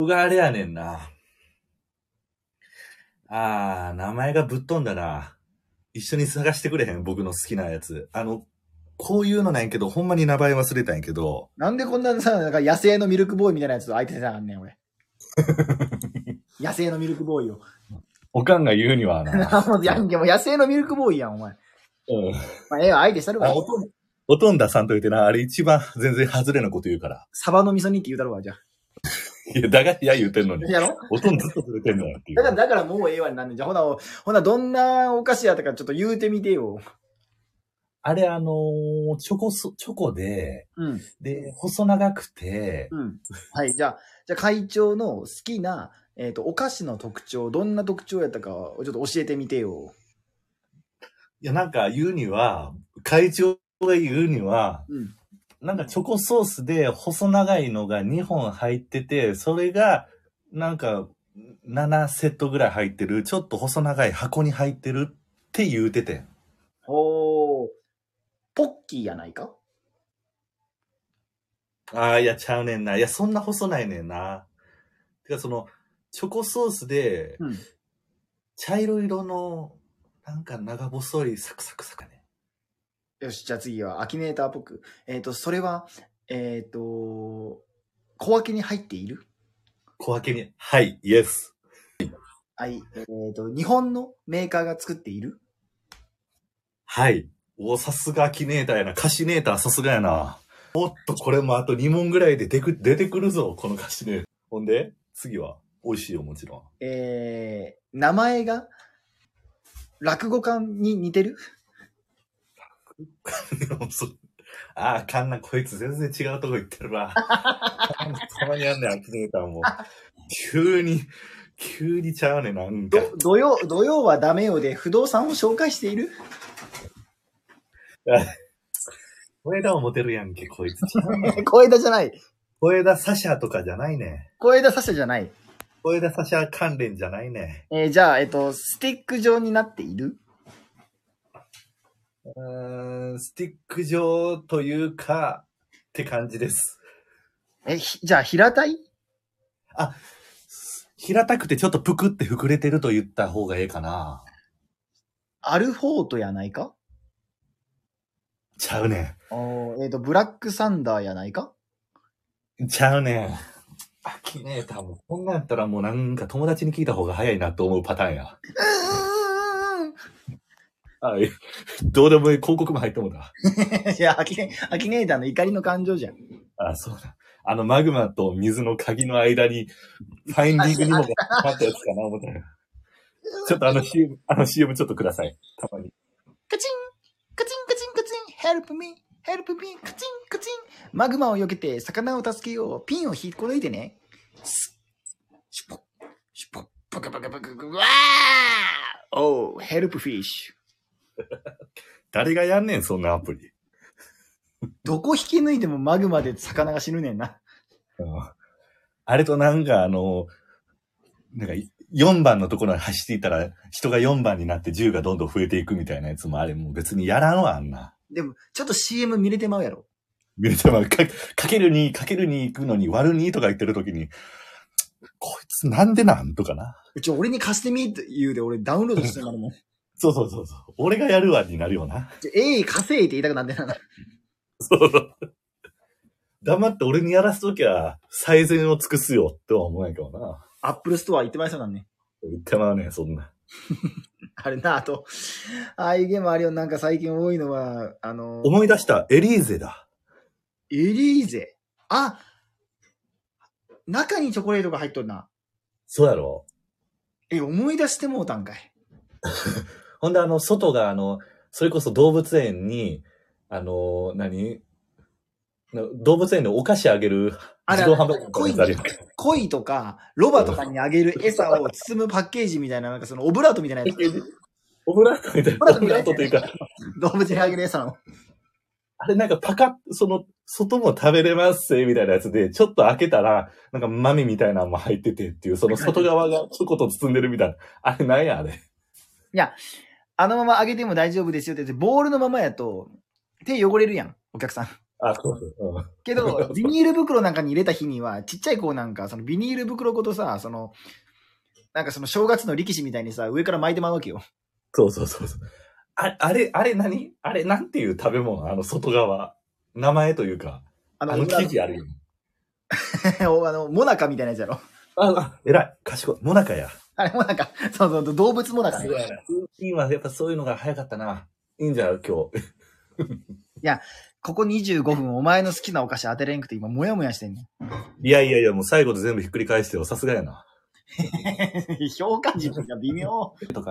僕があれやねんな。名前がぶっ飛んだな。一緒に探してくれへん僕の好きなやつ。こういうのなんやけど、ほんまに名前忘れたんやけど。 なんでこんなさ、なんか野生のミルクボーイみたいなやつと相手せなあんねん、俺。野生のミルクボーイを。 おかんが言うにはな。 もうやんけ、もう野生のミルクボーイやん、お前。 うん。 まあ、ええわ、相手したるわ。 おとんださんと言ってな、あれ一番全然外れなこと言うから。 サバの味噌煮って言うたるわ、じゃあ。 いや、だがや言うてんのに。 やろおとんずっとずれてんのよっていう。 だからもうええわになんねん。じゃあ、ほな、どんなお菓子やったかちょっと言うてみてよ。 あれチョコで、 うん。 で、細長くて、 うん。はい、じゃあ会長の好きな、お菓子の特徴、どんな特徴やったかをちょっと教えてみてよ。 いや、なんか言うには、会長が言うには、 うん。 なんかチョコソースで細長いのが2本入ってて、それが、なんか、7セットぐらい入ってる、ちょっと細長い箱に入ってるって言うてて。 ほー。ポッキーやないか？ いや、ちゃうねんな。いや、そんな細ないねんな。てか、チョコソースで、 うん。 茶色色の、なんか長細いサクサクサクね。 よし、じゃあ次はアキネーターっぽく。それは、小分けに入っている？ 小分けに、はい、イエス。 はい。日本のメーカーが作っている？ はい。さすがアキネーターやな。カシネーターさすがやな。おっと、これもあと2問ぐらいで出てくるぞ、このカシネーター。ほんで、次は、美味しいよ、もちろん。 名前が、落語家に似てる？ あかんな、こいつ全然違うとこ行ってるわ。たまにあんねん、アキネーターも。急にちゃうねん、なんか。 土曜はダメよで不動産を紹介している？ 小枝を持てるやんけ、こいつ。 小枝じゃない。 小枝サシャとかじゃないね。 小枝サシャじゃない。 小枝サシャ関連じゃないね。 じゃあ、スティック状になっている？ スティック状というか、って感じです。 じゃあ、平たい？ 平たくてちょっとぷくって膨れてると言った方がええかな。 アルフォートやないか？ ちゃうねブラックサンダーやないか？ ちゃうねん。アキネーターもこんなんやったらもうなんか友達に聞いた方が早いなと思うパターンや。はい。どうでもいい広告も入ってもだ。 いや、アキネーターの怒りの感情じゃん。 そうだ。マグマと水の鍵の間に、ファインディングにもがあったやつかな、思ったよ。ちょっとCM ちょっとください。たまに。 カチンカチンカチンカチン help me help me カチンカチンマグマを避けて魚を助けよう。ピンを引っこ抜いてね。シュポッシュポッパカパカパカわーおー help fish 誰がやんねん、そんなアプリ。 どこ引き抜いてもマグマで魚が死ぬねんな。 あれとなんかなんか4番のところに走っていたら人が4番になって10がどんどん増えていくみたいなやつもあれもう別にやらんわ、あんな。 でも、ちょっと CM 見れてまうやろ。 見れてまう。かける2行くのに割る2とか言ってるときに、こいつなんでなんとかな。 俺に貸してみって言うで俺ダウンロードしてなるもん。 そう。俺がやるわになるよな。 稼いって言いたくなんでな。 そう。黙って俺にやらすときは最善を尽くすよっては思うんやけどな。 アップルストア行ってまいそうなんね。 言ってまうね、そんな。 あれな、ああいうゲームあるよ。なんか最近多いのは、 思い出した、エリーゼだ。 エリーゼ。中にチョコレートが入っとるな。 そうやろ。 思い出してもうたんかい。 ほんで外がそれこそ動物園に、動物園でお菓子あげる自動販売機みたいなやつあるよ。 鯉とか、ロバとかにあげる餌を包むパッケージみたいな、なんかそのオブラートみたいなやつ。 オブラートみたいな。オブラートというか。 動物にあげる餌の。 あれなんかパカッ、外も食べれますみたいなやつで、ちょっと開けたら、なんか豆みたいなのも入っててっていう、その外側がチョコと包んでるみたいな。あれなんやあれ。 いや、あのままあげても大丈夫ですよって言って、ボールのままやと、手汚れるやん、お客さん。 あ、そうそう。うん。 けど、ビニール袋なんかに入れた日には、ちっちゃい子なんか、そのビニール袋ごとさ、なんかその正月の力士みたいにさ、上から巻いてまうわけよ。 そうそうそうそう。あれ何あれなんていう食べ物外側。名前というか、生地あるよ。 モナカみたいなやつやろ。 偉い。賢い。モナカや。 あれもなんか、そうそう、動物モナカね。 すごいな。今やっぱそういうのが早かったな。いいんじゃん、今日。 いや、ここ25分お前の好きなお菓子当てれんくて今もやもやしてんねん。 いやいやいや、もう最後で全部ひっくり返してよ。さすがやな。 評価軸が微妙。 とか